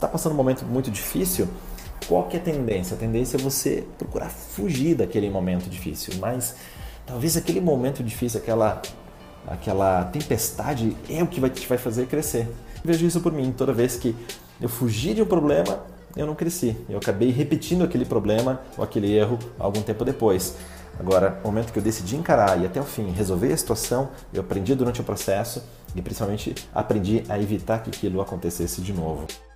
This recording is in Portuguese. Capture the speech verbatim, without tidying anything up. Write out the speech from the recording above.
Está passando um momento muito difícil? Qual que é a tendência? A tendência é você procurar fugir daquele momento difícil, mas talvez aquele momento difícil, aquela, aquela tempestade é o que vai, te vai fazer crescer. Vejo isso por mim, toda vez que eu fugi de um problema, eu não cresci. Eu acabei repetindo aquele problema ou aquele erro algum tempo depois. Agora, no momento que eu decidi encarar e até o fim resolver a situação, eu aprendi durante o processo e principalmente aprendi a evitar que aquilo acontecesse de novo.